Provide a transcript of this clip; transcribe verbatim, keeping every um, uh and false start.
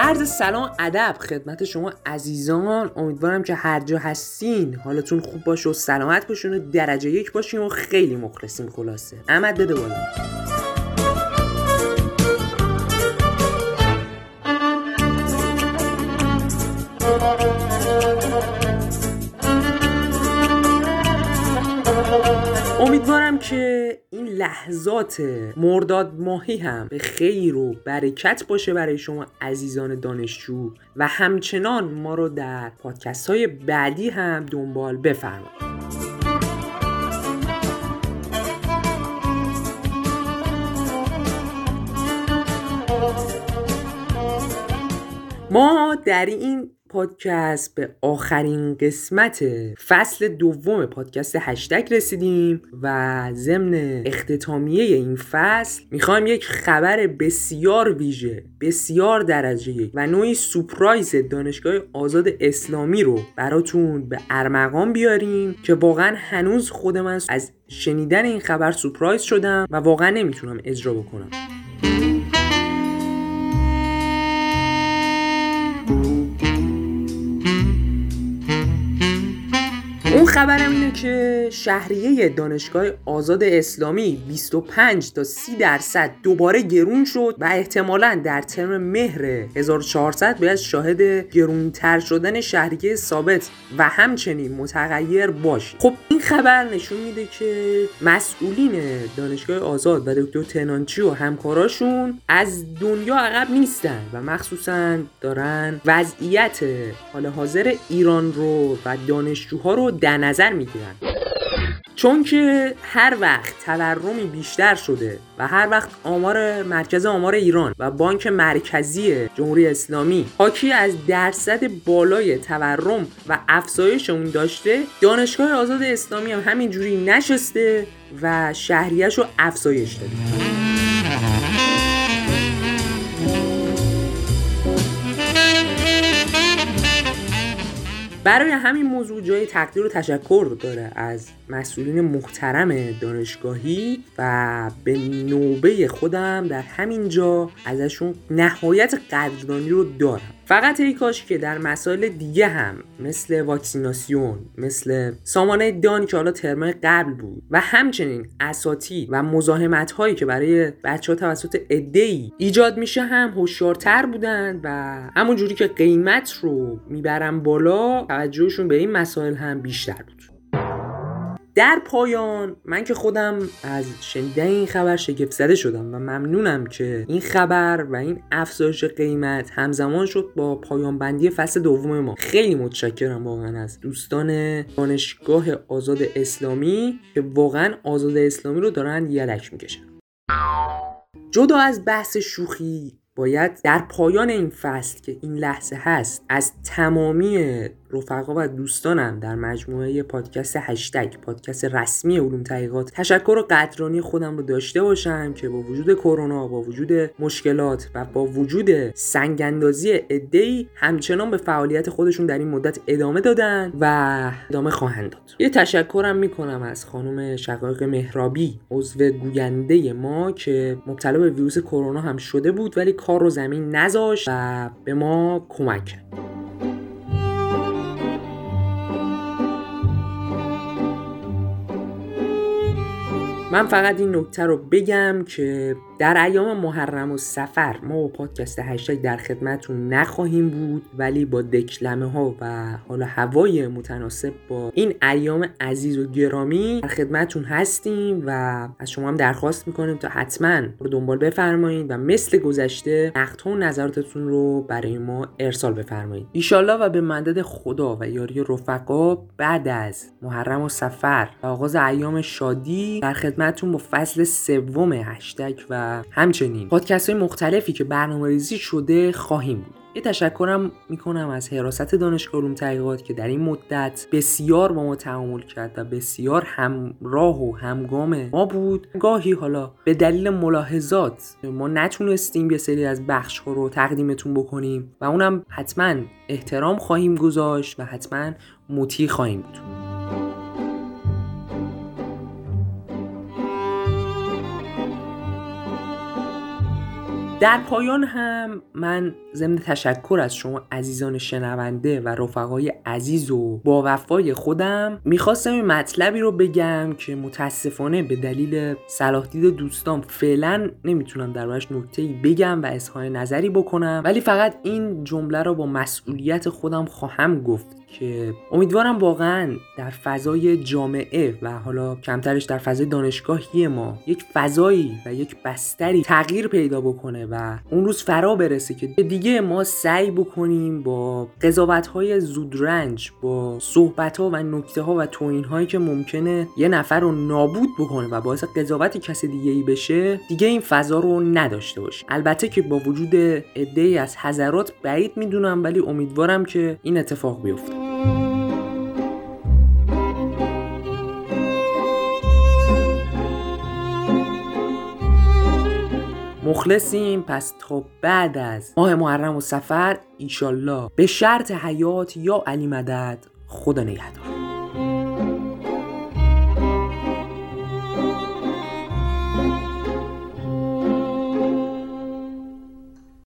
عرض سلام ادب خدمت شما عزیزان. امیدوارم که هر جا هستین حالتون خوب باشه و سلامت باشین و درجه یک باشین و خیلی مخلصین. خلاصه احمد بده بالا. امیدوارم که این لحظات مرداد ماهی هم به خیر و برکت باشه برای شما عزیزان دانشجو و همچنان ما رو در پادکست های بعدی هم دنبال بفرمایید. ما در این پادکست به آخرین قسمت فصل دوم پادکست هشتگ رسیدیم و ضمن اختتامیه این فصل میخوایم یک خبر بسیار ویژه، بسیار درجه یک و نوعی سورپرایز دانشگاه آزاد اسلامی رو براتون به ارمغان بیاریم که واقعا هنوز خود من از شنیدن این خبر سورپرایز شدم و واقعا نمیتونم اجرا بکنم. اون خبرم اینه که شهریه دانشگاه آزاد اسلامی بیست و پنج تا سی درصد دوباره گرون شد و احتمالاً در ترم مهر هزار و چهارصد باید شاهد گرونتر شدن شهریه ثابت و همچنین متغیر باشه. خب این خبر نشون میده که مسئولین دانشگاه آزاد و دکتر تنانچی و همکاراشون از دنیا عقب نیستن و مخصوصاً دارن وضعیت حال حاضر ایران رو و دانشجوها رو در نظر میگیرن، چون که هر وقت تورمی بیشتر شده و هر وقت آمار مرکز آمار ایران و بانک مرکزی جمهوری اسلامی حاکی از درصد بالای تورم و افزایش اون داشته، دانشگاه آزاد اسلامی هم همینجوری نشسته و شهریه‌اش رو افزایش داده. برای همین موضوع جای تقدیر و تشکر داره از مسئولین محترم دانشگاهی و به نوبه خودم در همین جا ازشون نهایت قدردانی رو دارم. فقط ای کاش که در مسائل دیگه هم مثل واکسیناسیون، مثل سامانه دان که حالا ترم قبل بود و همچنین اساتید و مزاحمت هایی که برای بچه‌ها توسط عده‌ای ایجاد میشه هم هوشیارتر بودن و همون جوری که قیمت رو میبرن بالا توجهشون به این مسائل هم بیشتر بود. در پایان من که خودم از شنیدن این خبر شگفت زده شدم و ممنونم که این خبر و این افزایش قیمت همزمان شد با پایان بندی فصل دوم ما. خیلی متشکرم واقعا از دوستان دانشگاه آزاد اسلامی که واقعا آزاد اسلامی رو دارن یلک میکشن. جدا از بحث شوخی، باید در پایان این فصل که این لحظه هست از تمامی رفقا و دوستانم در مجموعه پادکست هشتگ، پادکست رسمی علوم تحقیقات، تشکر و قدردانی خودم رو داشته باشم که با وجود کرونا، با وجود مشکلات و با وجود سنگ‌اندازی عده‌ای همچنان به فعالیت خودشون در این مدت ادامه دادن و ادامه خواهند داد. یه تشکرم میکنم از خانم شقایق مهرابی، عضو گوینده ما که مبتلا به ویروس کرونا هم شده بود ولی کار رو زمین نذاشت و به ما کمک کرد. من فقط این نکته رو بگم که در ایام محرم و صفر ما با پادکست هشتگ در خدمتتون نخواهیم بود، ولی با دکلمه ها و حالا هوای متناسب با این ایام عزیز و گرامی در خدمتتون هستیم و از شما هم درخواست میکنیم تا حتما رو دنبال بفرمایید و مثل گذشته نقدها و نظراتتون رو برای ما ارسال بفرمایید. ایشالله و به مدد خدا و یاری رفقا بعد از محرم و صفر و آغاز ایام شادی در خدمتتون با فصل سوم هشتگ و همچنین پادکست های مختلفی که برنامه‌ریزی شده خواهیم بود. یه تشکرم میکنم از حراست دانشگاه علوم تحقیقات که در این مدت بسیار با ما تعامل کرد و بسیار همراه و همگام ما بود. گاهی حالا به دلیل ملاحظات ما نتونستیم یه سری از بخش ها رو تقدیمتون بکنیم و اونم حتما احترام خواهیم گذاشت و حتما مطیع خواهیم بود. در پایان هم من ضمن تشکر از شما عزیزان شنونده و رفقای عزیز و با وفای خودم میخواستم این مطلبی رو بگم که متاسفانه به دلیل صلاح دید دوستان فعلا نمیتونم دربارش نکته‌ای بگم و اظهار نظری بکنم، ولی فقط این جمله رو با مسئولیت خودم خواهم گفت که امیدوارم واقعا در فضای جامعه و حالا کمترش در فضای دانشگاهی ما یک فضایی و یک بستری تغییر پیدا بکنه و اون روز فرا برسه که دیگه ما سعی بکنیم با قضاوت‌های زودرنج، با صحبت‌ها و نکته‌ها و توهین‌هایی که ممکنه یه نفر رو نابود بکنه و باعث قضاوت کس دیگه‌ای بشه، دیگه این فضا رو نداشته باشیم. البته که با وجود عده‌ای از حذرات بعید میدونم، ولی امیدوارم که این اتفاق بیفته. مخلصیم. پس تا بعد از ماه محرم و صفر ایشالله به شرط حیات یا علی مدد. خدا نگهدار.